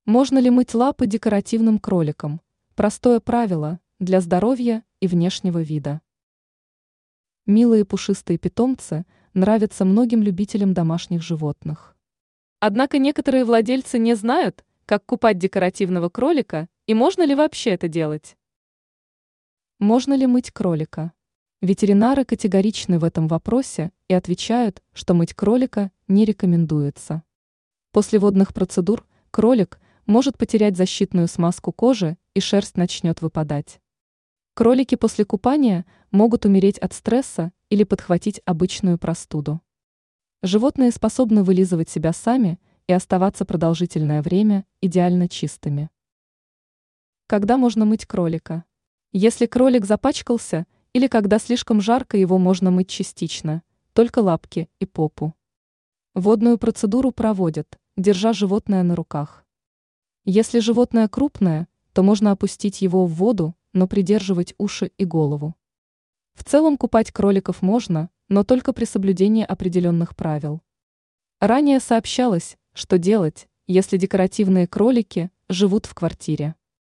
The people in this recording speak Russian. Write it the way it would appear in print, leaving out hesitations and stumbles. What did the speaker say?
Можно ли мыть лапы декоративным кроликам? Простое правило для здоровья и внешнего вида. Милые пушистые питомцы нравятся многим любителям домашних животных. Однако некоторые владельцы не знают, как купать декоративного кролика и можно ли вообще это делать. Можно ли мыть кролика? Ветеринары категоричны в этом вопросе и отвечают, что мыть кролика не рекомендуется. После водных процедур кролик может потерять защитную смазку кожи и шерсть начнет выпадать. Кролики после купания могут умереть от стресса или подхватить обычную простуду. Животные способны вылизывать себя сами и оставаться продолжительное время идеально чистыми. Когда можно мыть кролика? Если кролик запачкался или когда слишком жарко, его можно мыть частично, только лапки и попу. Водную процедуру проводят, держа животное на руках. Если животное крупное, то можно опустить его в воду, но придерживать уши и голову. В целом купать кроликов можно, но только при соблюдении определенных правил. Ранее сообщалось, что делать, если декоративные кролики живут в квартире.